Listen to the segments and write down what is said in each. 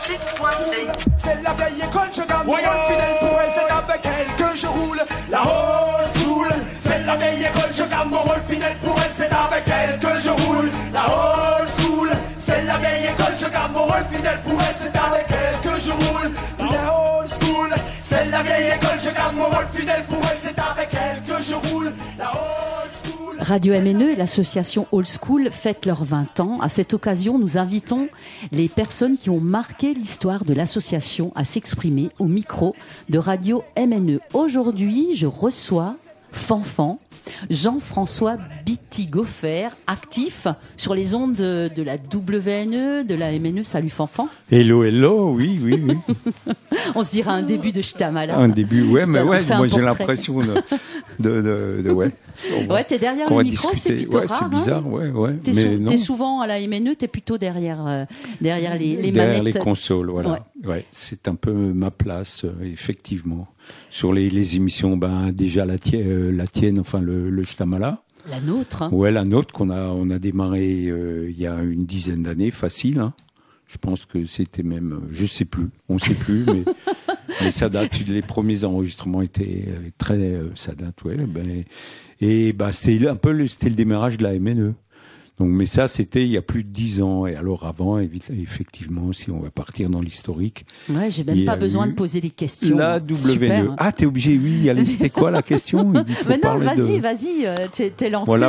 C'est la vieille école, je garde mon rôle fidèle pour elle, c'est avec elle que je roule. La old school, c'est la vieille école, je garde mon rôle fidèle pour elle, c'est avec elle que je roule. La old school, c'est la vieille école, je garde mon rôle fidèle pour elle, c'est avec elle que je roule. La old school, c'est la vieille école, je garde mon rôle fidèle pour elle, c'est avec elle que je roule. La old school. Radio MNE et l'association Old School fêtent leurs 20 ans. À cette occasion, nous invitons les personnes qui ont marqué l'histoire de l'association à s'exprimer au micro de Radio MNE. Aujourd'hui, je reçois Fanfan, Jean-François Bittighofer, actif sur les ondes de la WNE, de la MNE. Salut Fanfan. Hello, hello, oui. On se dirait un début de Shtamala. Un début, ouais, mais ouais, moi j'ai portrait. l'impression de ouais. Ouais, t'es derrière le micro, c'est plutôt ouais, rare. c'est bizarre, ouais. T'es souvent à la MNE, t'es plutôt derrière les manettes. Derrière les consoles, voilà. Ouais, c'est un peu ma place, effectivement. Sur les émissions, déjà la tienne, enfin le Shtamala. La nôtre. Hein. Ouais, la nôtre qu'on a démarré il y a une dizaine d'années, facile. Hein. Je pense que c'était même, je sais plus, on sait plus, mais ça date. Les premiers enregistrements étaient ça date, ouais. C'était c'était le démarrage de la MNE. Donc, mais ça, c'était il y a plus de 10 ans. Et alors avant, effectivement, si on va partir dans l'historique. Ouais, j'ai même pas besoin de poser les questions. La WNE. Super. Ah, t'es obligé, oui. Allez, c'était quoi la question? Mais non, vas-y, t'es lancé. Voilà,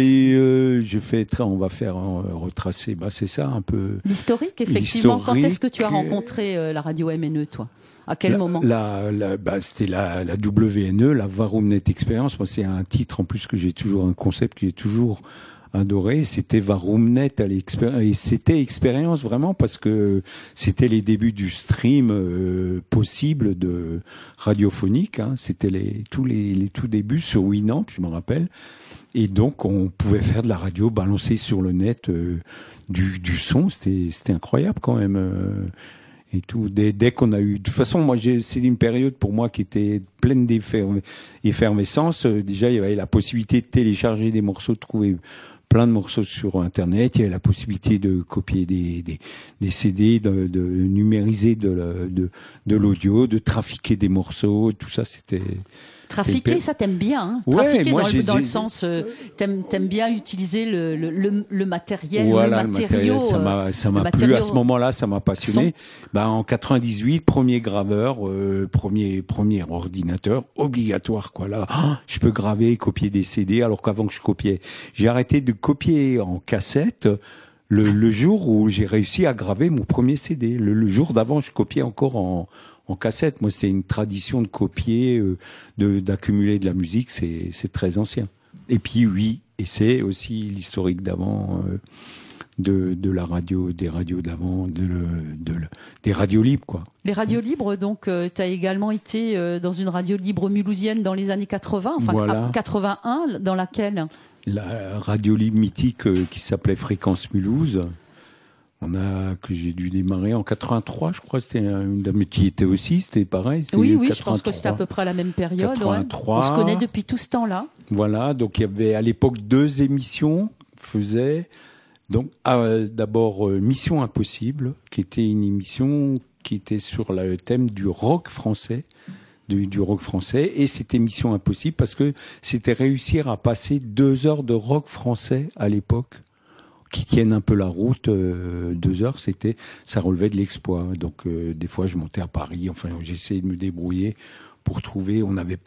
on va faire retracer, c'est ça, un peu. L'historique, effectivement. Quand est-ce que tu as rencontré la radio MNE, toi? À quel moment? C'était la WNE, la Varumnet Experience. Moi, c'est un titre, en plus, un concept que j'ai toujours adoré. C'était Varumnet et c'était expérience vraiment parce que c'était les débuts du stream possible de radiophonique. Hein. C'était tous les tout débuts sur Winamp, je me rappelle. Et donc on pouvait faire de la radio, balancer sur le net du son. C'était incroyable quand même. Et tout. Dès qu'on a eu, de toute façon, moi, c'est une période pour moi qui était pleine d'effervescence. Déjà, il y avait la possibilité de télécharger des morceaux, de trouver plein de morceaux sur Internet. Il y avait la possibilité de copier des CD, de numériser de l'audio, de trafiquer des morceaux. Tout ça, c'était... Trafiquer, ça t'aimes bien, hein. Ouais, trafiquer moi, dans le sens, t'aimes bien utiliser le matériel, voilà, le matériau. Ça m'a plu à ce moment-là, ça m'a passionné. En 98, premier graveur, premier ordinateur obligatoire, quoi. Là, je peux graver et copier des CD, alors qu'avant que je copiais, j'ai arrêté de copier en cassette. Le jour où j'ai réussi à graver mon premier CD, le jour d'avant, je copiais encore en cassette. Moi, c'est une tradition de copier, d'accumuler de la musique, c'est très ancien. Et puis oui, et c'est aussi l'historique d'avant de la radio, des radios d'avant, des radios libres, quoi. Les radios libres, donc, tu as également été dans une radio libre mulhousienne dans les années 80, enfin voilà. 81, dans laquelle? La radio libre mythique qui s'appelait Fréquence Mulhouse. Que j'ai dû démarrer en 83, je crois, c'était une dame qui était aussi, c'était pareil. Oui, 83. Je pense que c'était à peu près à la même période. 83. Ouais. On se connaît depuis tout ce temps-là. Voilà, donc il y avait à l'époque 2 émissions faisaient. Donc d'abord Mission Impossible, qui était une émission qui était sur le thème du rock français. Du rock français, et c'était Mission Impossible parce que c'était réussir à passer 2 heures de rock français à l'époque qui tiennent un peu la route. 2 heures, ça relevait de l'exploit. Donc des fois je montais à Paris, enfin j'essayais de me débrouiller pour trouver.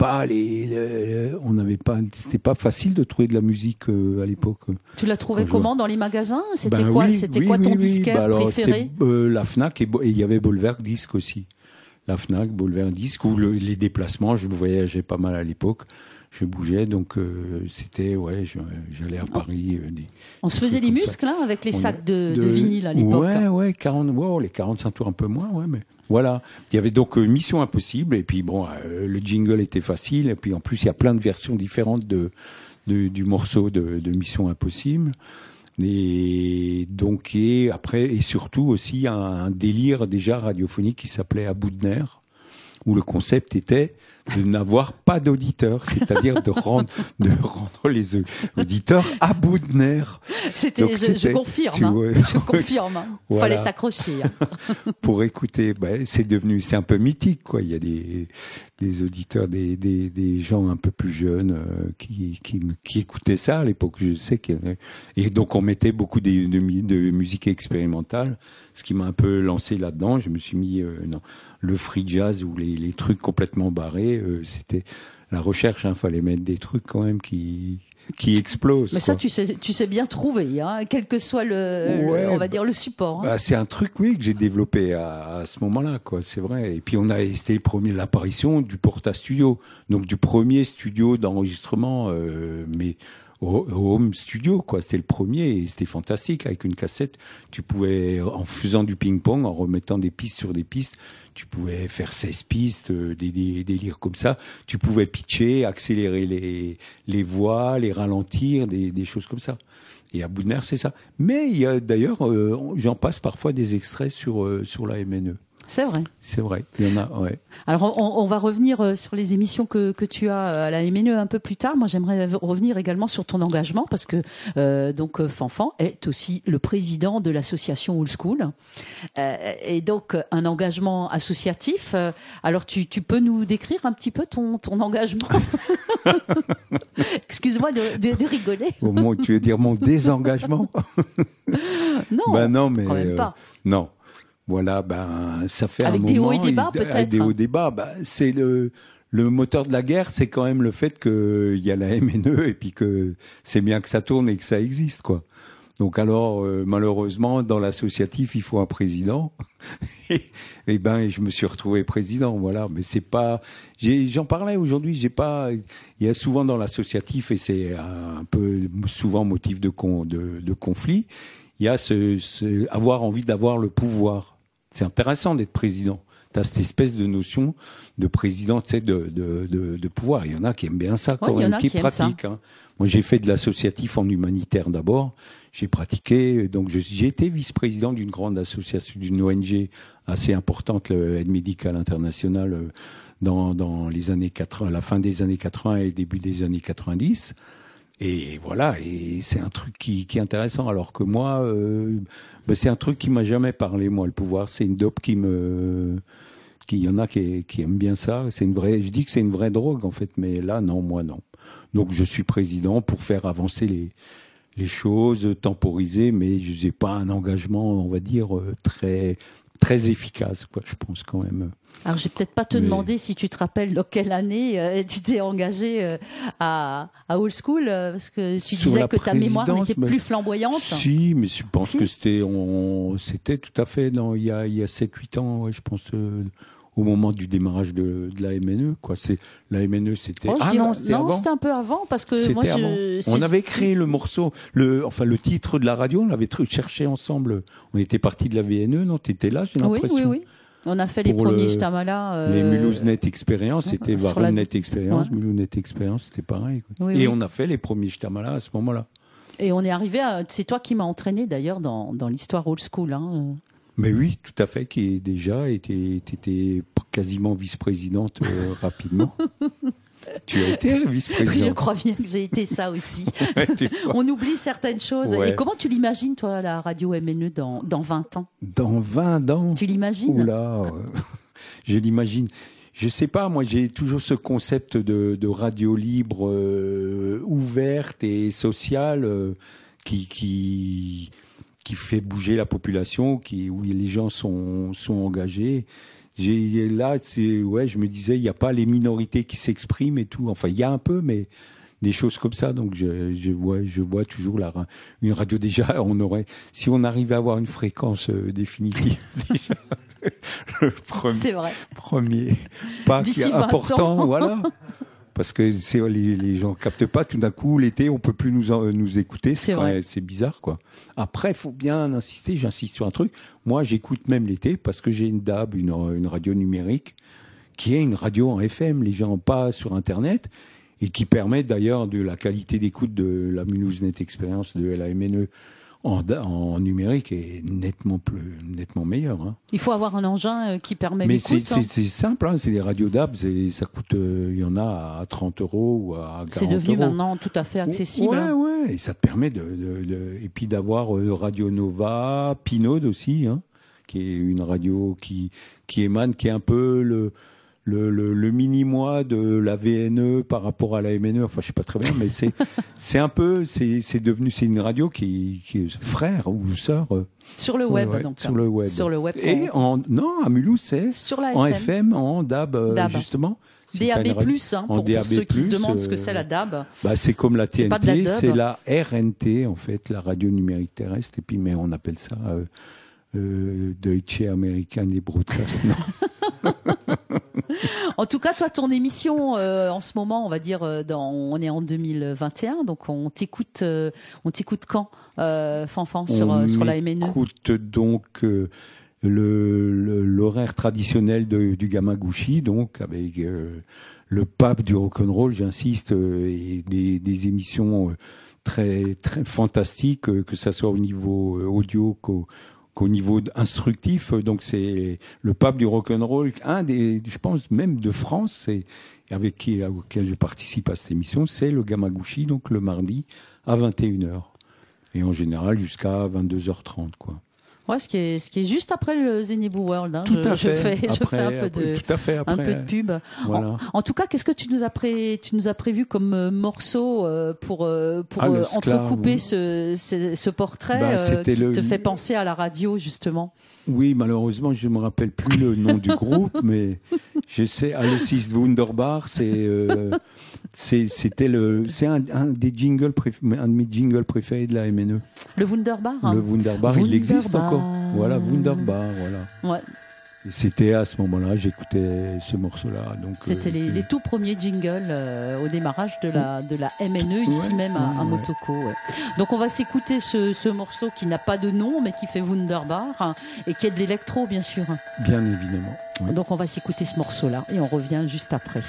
C'était pas facile de trouver de la musique à l'époque. Tu l'as trouvé comment dans les magasins? C'était quoi ton disquaire préféré? La Fnac, et il y avait Bolwerk Disc aussi. La Fnac, Bolwerk Disc, ou les déplacements, je voyageais pas mal à l'époque. Je bougeais, donc j'allais à Paris. On se faisait les muscles là, avec les sacs de vinyle à l'époque. Ouais, 40, les 45 tours un peu moins, ouais, mais voilà. Il y avait donc Mission Impossible, et puis le jingle était facile, et puis en plus il y a plein de versions différentes du morceau de Mission Impossible. Et donc, et surtout aussi un délire déjà radiophonique qui s'appelait À bout de nerfs. où le concept était de n'avoir pas d'auditeurs, c'est-à-dire de rendre les auditeurs à bout de nerfs. Je confirme. Je confirme. Voilà. Fallait s'accrocher. Pour écouter, c'est un peu mythique, quoi. Il y a des auditeurs, des gens un peu plus jeunes qui écoutaient ça à l'époque. Je sais et donc on mettait beaucoup de musique expérimentale, ce qui m'a un peu lancé là-dedans. Je me suis mis le free jazz ou les trucs complètement barrés. C'était la recherche, fallait mettre des trucs quand même qui explosent. Mais quoi. Ça, tu sais bien trouver, quel que soit on va dire le support. C'est un truc, oui, que j'ai développé à ce moment-là, quoi. C'est vrai. Et puis c'était l'apparition du Porta Studio, donc du premier studio d'enregistrement, mais home studio, quoi. C'était le premier et c'était fantastique. Avec une cassette, tu pouvais, en faisant du ping-pong, en remettant des pistes sur des pistes, tu pouvais faire 16 pistes, des délires comme ça. Tu pouvais pitcher, accélérer les voix, les ralentir, des choses comme ça. Et à bout de nerfs, c'est ça. Mais il y a d'ailleurs, j'en passe parfois des extraits sur la MNE. C'est vrai. C'est vrai. Il y en a, ouais. Alors, on va revenir sur les émissions que tu as à la MNE un peu plus tard. Moi, j'aimerais revenir également sur ton engagement parce que donc Fanfan est aussi le président de l'association Old School et donc un engagement associatif. Alors, tu peux nous décrire un petit peu ton engagement? Excuse-moi de rigoler. Tu veux dire mon désengagement? Non, non, mais quand même pas. Non. Voilà, ça fait avec un moment. Avec des hauts et des bas, peut-être. Avec des hauts et des bas, c'est le moteur de la guerre, c'est quand même le fait qu'il y a la MNE et puis que c'est bien que ça tourne et que ça existe, quoi. Donc alors, malheureusement, dans l'associatif, il faut un président. et je me suis retrouvé président, voilà. Mais c'est pas. J'en parlais aujourd'hui. Il y a souvent dans l'associatif et c'est un peu souvent motif de conflit. Il y a avoir envie d'avoir le pouvoir. C'est intéressant d'être président. Tu as cette espèce de notion de président, tu sais, de pouvoir. Il y en a qui aiment bien ça, quand même, qui pratiquent. Moi, j'ai fait de l'associatif en humanitaire d'abord. J'ai pratiqué, donc j'ai été vice-président d'une grande association, d'une ONG assez importante, l'Aide médicale internationale, dans les années 80, la fin des années 80 et début des années 90. Et voilà, et c'est un truc qui est intéressant. Alors que moi, c'est un truc qui m'a jamais parlé, moi, le pouvoir. C'est une dope il y en a qui aiment bien ça. Je dis que c'est une vraie drogue, en fait. Mais là, non, moi, non. Donc, je suis président pour faire avancer les choses, temporiser, mais je n'ai pas un engagement, on va dire, très, très efficace, quoi, je pense, quand même. Alors, je vais peut-être pas te demander si tu te rappelles dans quelle année tu t'es engagé à Old School, parce que tu disais que ta mémoire n'était plus flamboyante. Si, mais je pense que c'était tout à fait il y a 7-8 ans, ouais, je pense, au moment du démarrage de la MNE, quoi. La MNE, c'était... non, c'était un peu avant, parce que moi, on avait créé le morceau, le titre de la radio, on l'avait cherché ensemble. On était partis de la VNE, non? T'étais là, j'ai l'impression. Oui. On a fait les premiers Shtamala. Les Mulhouse Net Experience, c'était Varoum Net Experience, Mulhouse Net Experience, c'était pareil, quoi. Et on a fait les premiers Shtamala à ce moment-là. Et on est arrivé c'est toi qui m'as entraîné d'ailleurs dans l'histoire Old School, Mais oui, tout à fait, qui est déjà t'étais quasiment vice-présidente rapidement. Tu as été vice-présidente. Oui, je crois bien que j'ai été ça aussi. On oublie certaines choses. Ouais. Et comment tu l'imagines, toi, la radio MNE dans 20 ans? Dans 20 ans? Tu l'imagines? Oula, je l'imagine. Je sais pas, moi j'ai toujours ce concept de radio libre, ouverte et sociale, qui fait bouger la population, où les gens sont engagés. Là, je me disais, il n'y a pas les minorités qui s'expriment et tout. Enfin, il y a un peu, mais des choses comme ça. Donc, je vois toujours une radio déjà. Si on arrivait à avoir une fréquence définitive, déjà, le premier pas important, voilà. Parce que les gens captent pas. Tout d'un coup, l'été, on peut plus nous écouter. C'est bizarre, quoi. Après, faut bien insister. J'insiste sur un truc. Moi, j'écoute même l'été parce que j'ai une DAB, une radio numérique, qui est une radio en FM. Les gens pas sur Internet et qui permet d'ailleurs de la qualité d'écoute de la Mulhouse Net Experience de la MNE en numérique est nettement meilleur. Hein. Il faut avoir un engin qui permet Mais l'écoute. c'est simple, hein, c'est des radios DAB, ça coûte, il y en a à 30 € ou à 40 €. C'est devenu maintenant tout à fait accessible. Ouais, et ça te permet et puis d'avoir Radio Nova, Pinode aussi, hein, qui est une radio qui émane, qui est un peu le mini-moi de la VNE par rapport à la MNE. Enfin, je sais pas très bien, mais c'est une radio qui est frère ou sœur. Sur le web, donc. Sur le web. Sur le web. Et à Mulhouse, c'est sur la en FM, en DAB. Justement. DAB+, pour ceux qui se demandent ce que c'est la DAB. C'est comme la TNT, c'est la RNT, en fait, la radio numérique terrestre. Et puis, mais on appelle ça Deutsche American Broadcast, non. En tout cas, toi, ton émission, en ce moment, on va dire, on est en 2021, donc on t'écoute quand, Fanfan, sur la MNE? On écoute donc l'horaire traditionnel du Gamaguchi, donc avec le pape du rock'n'roll, j'insiste, et des émissions très très fantastiques, que ça soit au niveau audio qu'au niveau instructif. Donc c'est le pape du rock'n'roll, je pense même de France, auquel je participe à cette émission, c'est le Gamaguchi, donc le mardi à 21h et en général jusqu'à 22h30, quoi. Ouais, ce qui est juste après le Zenibu World. Hein. Je fais un peu de pub. Voilà. En tout cas, qu'est-ce que tu nous as prévu comme morceau pour entrecouper ce portrait qui te fait penser à la radio, justement? Oui, malheureusement, je me rappelle plus le nom du groupe, mais je sais, Alles ist wunderbar, c'est un de mes jingles préférés de la MNE. Le Wunderbar. Le Wunderbar, il existe encore. Voilà, Wunderbar, voilà. Ouais. Et c'était à ce moment-là, j'écoutais ce morceau-là. Donc c'était les tout premiers jingles au démarrage de la MNE, ici même à Motoko. Ouais. Donc on va s'écouter ce morceau qui n'a pas de nom, mais qui fait Wunderbar, et qui est de l'électro, bien sûr. Bien évidemment. Ouais. Donc on va s'écouter ce morceau-là, et on revient juste après.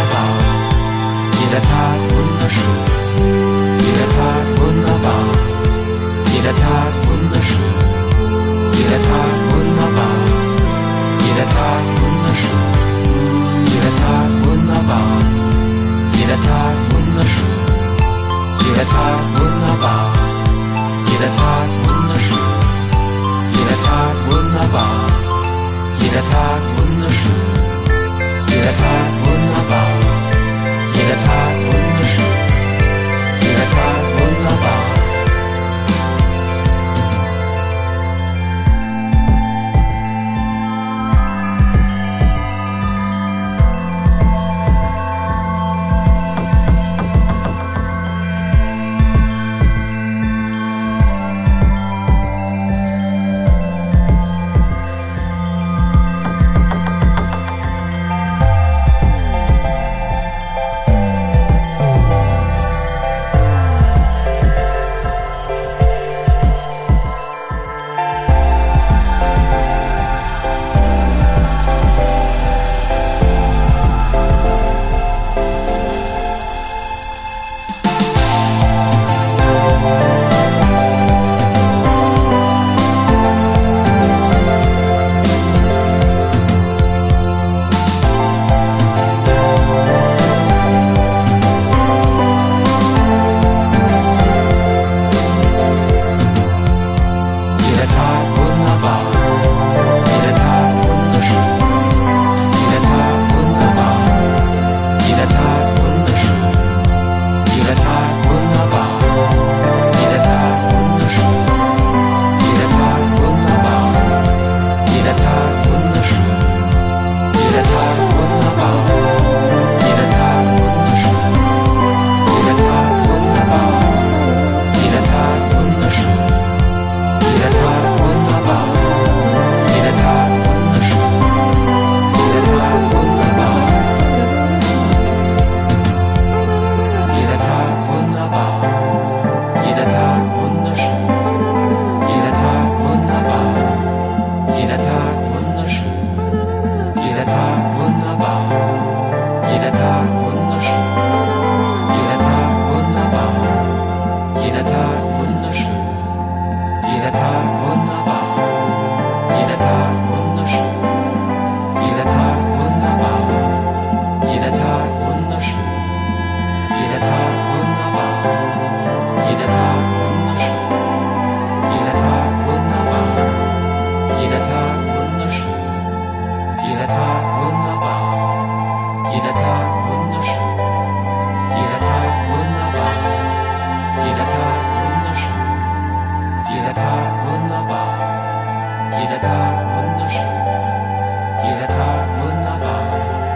Jeder Tag wunderschön, jeder Tag wunderbar. Tag wunderschön, jeder Tag wunderbar, jeder Tag wunderschön, jeder Tag wunderbar, jeder Tag wunderschön, jeder Tag wunderbar, jeder Tag wunderschön, jeder Tag wunderbar, jeder Tag wunderschön, jeder Tag wunderbar, jeder Tag wunderschön, jeder Tag wunderbar, jeder Tag wunderschön, jeder Tag wunderbar, jeder Tag wunderschön, jeder Tag wunderbar.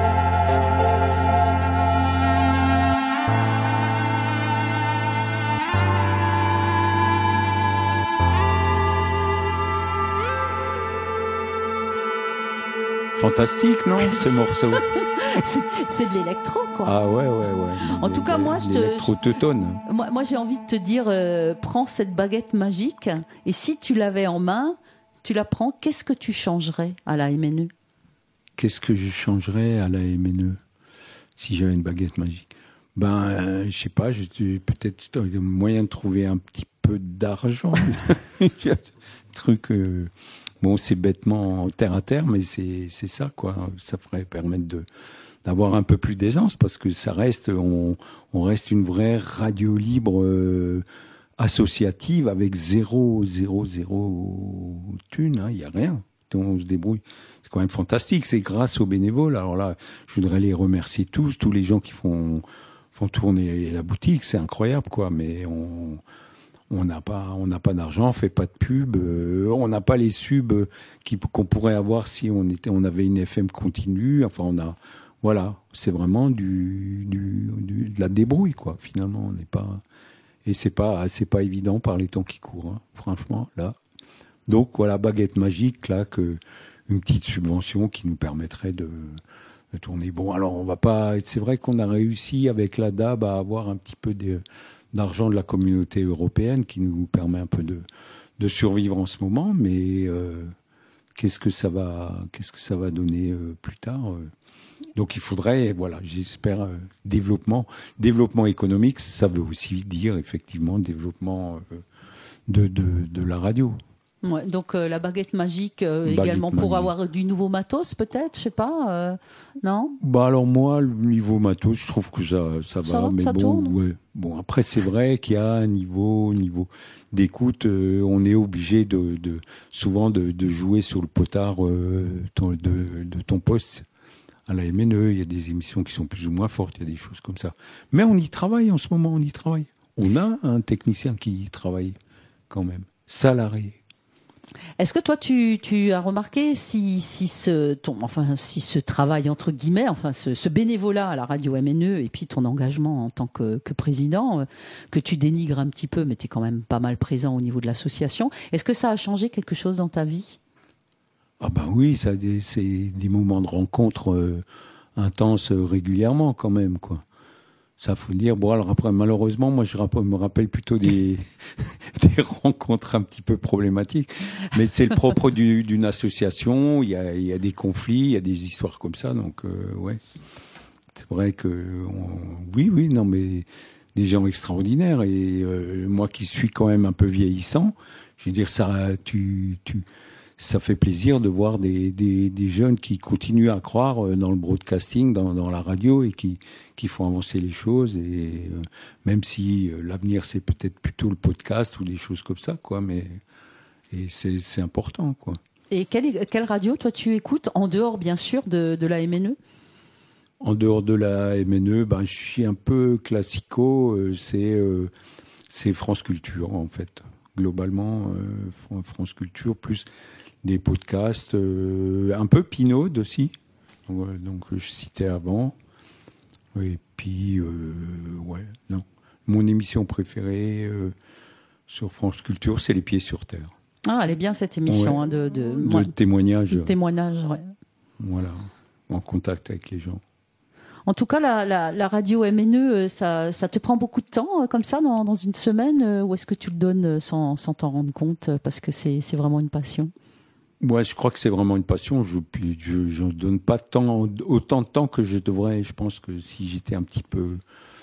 Fantastique, non, ce morceau? C'est de l'électro, quoi. Ah ouais. En tout cas, moi, l'électro teutonne. Moi, j'ai envie de te dire, prends cette baguette magique, et si tu l'avais en main, tu la prends, qu'est-ce que tu changerais à la MNE? Qu'est-ce que je changerais à la MNE si j'avais une baguette magique? Je sais pas, peut-être moyen de trouver un petit peu d'argent. Truc, bon, c'est bêtement terre à terre, mais c'est ça, quoi. Ça ferait permettre d'avoir un peu plus d'aisance, parce que ça reste, on reste une vraie radio libre associative avec zéro thune, hein, y a rien. On se débrouille. C'est quand même fantastique. C'est grâce aux bénévoles. Alors là, je voudrais les remercier tous les gens qui font tourner la boutique. C'est incroyable, quoi. Mais on n'a pas d'argent, on fait pas de pub, on n'a pas les subs qu'on pourrait avoir si on avait une FM continue. Enfin, voilà, c'est vraiment de la débrouille, quoi. Finalement, on n'est pas, et c'est pas évident par les temps qui courent, hein, franchement, là. Donc voilà, baguette magique, là, une petite subvention qui nous permettrait de tourner. Bon, alors on va pas. C'est vrai qu'on a réussi avec la DAB à avoir un petit peu d'argent de la communauté européenne qui nous permet un peu de survivre en ce moment, mais qu'est-ce que ça va donner plus tard? Donc il faudrait, voilà, j'espère, développement économique, ça veut aussi dire effectivement développement de la radio. Ouais, donc la baguette magique également pour avoir du nouveau matos, peut-être, je sais pas, non? Alors moi, le niveau matos, je trouve que ça va, mais ça bon, tourne. Ouais. Bon, après c'est vrai qu'il y a un niveau d'écoute, on est obligé souvent de jouer sur le potard de ton poste. À la MNE, il y a des émissions qui sont plus ou moins fortes, il y a des choses comme ça. Mais on y travaille en ce moment, on y travaille. On a un technicien qui y travaille quand même, salarié. Est-ce que toi, tu as remarqué si ce travail, entre guillemets, enfin ce bénévolat à la radio MNE et puis ton engagement en tant que président, que tu dénigres un petit peu, mais tu es quand même pas mal présent au niveau de l'association, est-ce que ça a changé quelque chose dans ta vie? Ah ben oui, c'est des moments de rencontre intenses régulièrement quand même, quoi. Ça, faut le dire. Bon, alors après, malheureusement, moi, je me rappelle plutôt des rencontres un petit peu problématiques. Mais c'est le propre d'une association. Il y a des conflits, il y a des histoires comme ça. Donc, ouais. C'est vrai que, oui, non, mais des gens extraordinaires. Et moi qui suis quand même un peu vieillissant, je veux dire, ça fait plaisir de voir des jeunes qui continuent à croire dans le broadcasting, dans la radio, et qui font avancer les choses. Et même si l'avenir c'est peut-être plutôt le podcast ou des choses comme ça, quoi. Mais c'est important, quoi. Et quelle radio toi tu écoutes en dehors bien sûr de la MNE? En dehors de la MNE, je suis un peu classico. C'est France Culture en fait. Globalement, France Culture plus des podcasts, un peu Pinaude aussi, donc je citais avant. Et puis, non. Mon émission préférée sur France Culture, c'est Les Pieds sur Terre. Ah, elle est bien cette émission, ouais. de témoignage. De témoignage, ouais. Voilà, en contact avec les gens. En tout cas, la radio MNE, ça te prend beaucoup de temps, comme ça, dans une semaine, ou est-ce que tu le donnes sans t'en rendre compte, parce que c'est vraiment une passion? Ouais, je crois que c'est vraiment une passion. Je donne pas autant de temps que je devrais. Je pense que si j'étais un petit peu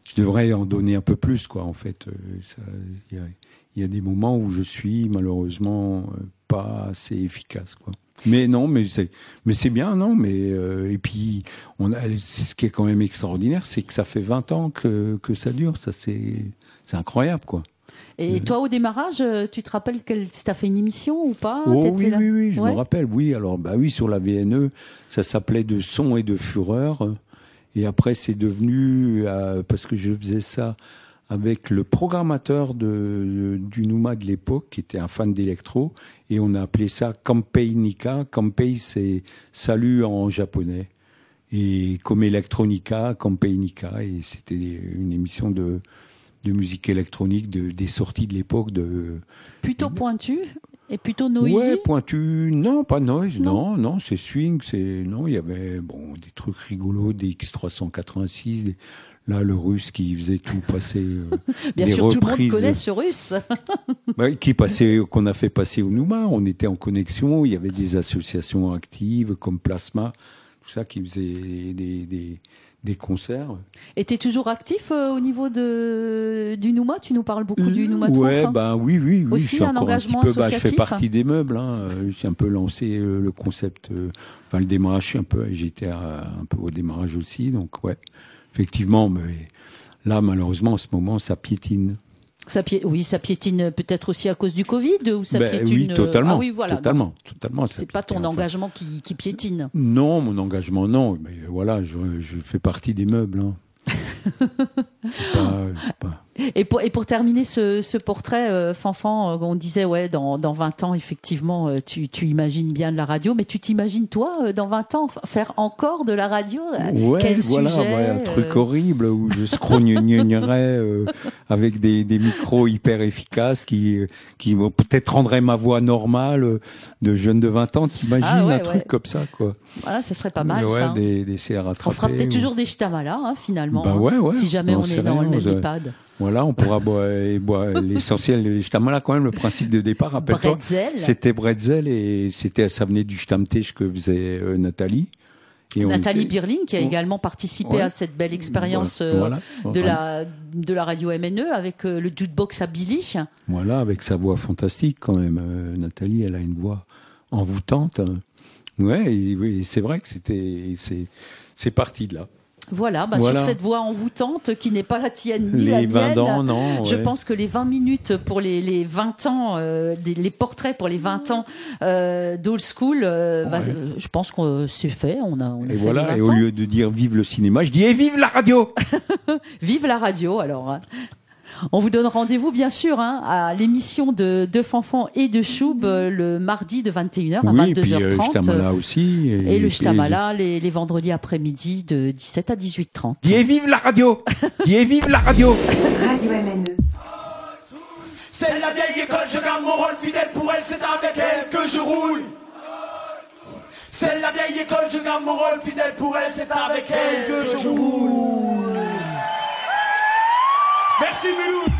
je devrais en donner un peu plus, quoi. En fait, il y a des moments où je suis malheureusement pas assez efficace, quoi. Mais non, mais c'est bien, non, mais et puis ce qui est quand même extraordinaire, c'est que ça fait 20 ans que ça dure, ça c'est incroyable, quoi. Et toi, au démarrage, tu te rappelles si t'as fait une émission ou pas? Oh oui, je me rappelle, oui. Alors, oui, sur la VNE, ça s'appelait De son et de fureur. Et après, c'est devenu, parce que je faisais ça avec le programmateur du Numa de l'époque, qui était un fan d'électro, et on a appelé ça Kampei Nika. Kampei, c'est salut en japonais. Et comme Electronica, Kampei Nika, et c'était une émission de musique électronique, des sorties de l'époque. Plutôt pointu et plutôt noisy. Ouais, pointu, non, pas noise, non, c'est swing, il y avait, des trucs rigolos, des X386, là, le russe qui faisait tout passer, bien des sûr, reprises. Tout le monde connaît ce russe. Qu'on a fait passer au Numa, on était en connexion, il y avait des associations actives, comme Plasma, tout ça, qui faisait des concerts. Et tu es toujours actif au niveau du Numa? Tu nous parles beaucoup du Numa de Ouais, Fanfan. oui. Aussi je suis un engagement associatif. Je fais partie des meubles. J'ai un peu lancé le concept. Le démarrage, j'étais un peu au démarrage aussi. Donc ouais, effectivement. Mais là, malheureusement, en ce moment, ça piétine. Ça piétine peut-être aussi à cause du Covid ou ça piétine. Oui, totalement. Ah oui, voilà. Totalement. C'est pas ton engagement qui piétine. Non, mon engagement, non. Mais voilà, je fais partie des meubles. C'est pas... Et pour terminer ce portrait, Fanfan, on disait, dans 20 ans, effectivement, tu imagines bien de la radio, mais tu t'imagines, toi, dans 20 ans, faire encore de la radio? Quel sujet un truc horrible où je scrognognerais avec des micros hyper efficaces qui vont peut-être rendraient ma voix normale de jeune de 20 ans. T'imagines un truc comme ça, quoi. Voilà, ça serait pas mal, ça. Des CR rattrapés. On fera peut-être toujours des ch'tamala, finalement. Si jamais on est dans le même EHPAD. Voilà, on pourra boire l'essentiel du shtamala quand même, le principe de départ, rappelle-toi. C'était bretzel et ça venait du shtamtisch que faisait Nathalie. Nathalie Birling, qui a également participé à cette belle expérience de la radio MNE avec le jukebox à Billy. Voilà, avec sa voix fantastique quand même. Nathalie, elle a une voix envoûtante. Ouais, et c'est vrai que c'est parti de là. Voilà, sur cette voix envoûtante qui n'est pas la tienne ni la mienne. Les 20 ans, non. Je pense que les 20 minutes pour les 20 ans, les portraits pour les 20 ans d'Old School, je pense que c'est fait. On a et fait voilà, les 20 et ans. au lieu de dire vive le cinéma, je dis vive la radio. Vive la radio, alors. On vous donne rendez-vous, bien sûr, à l'émission de Fanfan et de Choub le mardi de 21h à 22h30. Et le shtamala aussi. Et le shtamala les vendredis après-midi de 17 à 18h30. Dis vive la radio. Dis vive la radio. Radio MNE. C'est la vieille école, je garde mon rôle fidèle pour elle, c'est avec elle que je roule. C'est la vieille école, je garde mon rôle fidèle pour elle, c'est avec elle que je roule. Merci Mulhouse.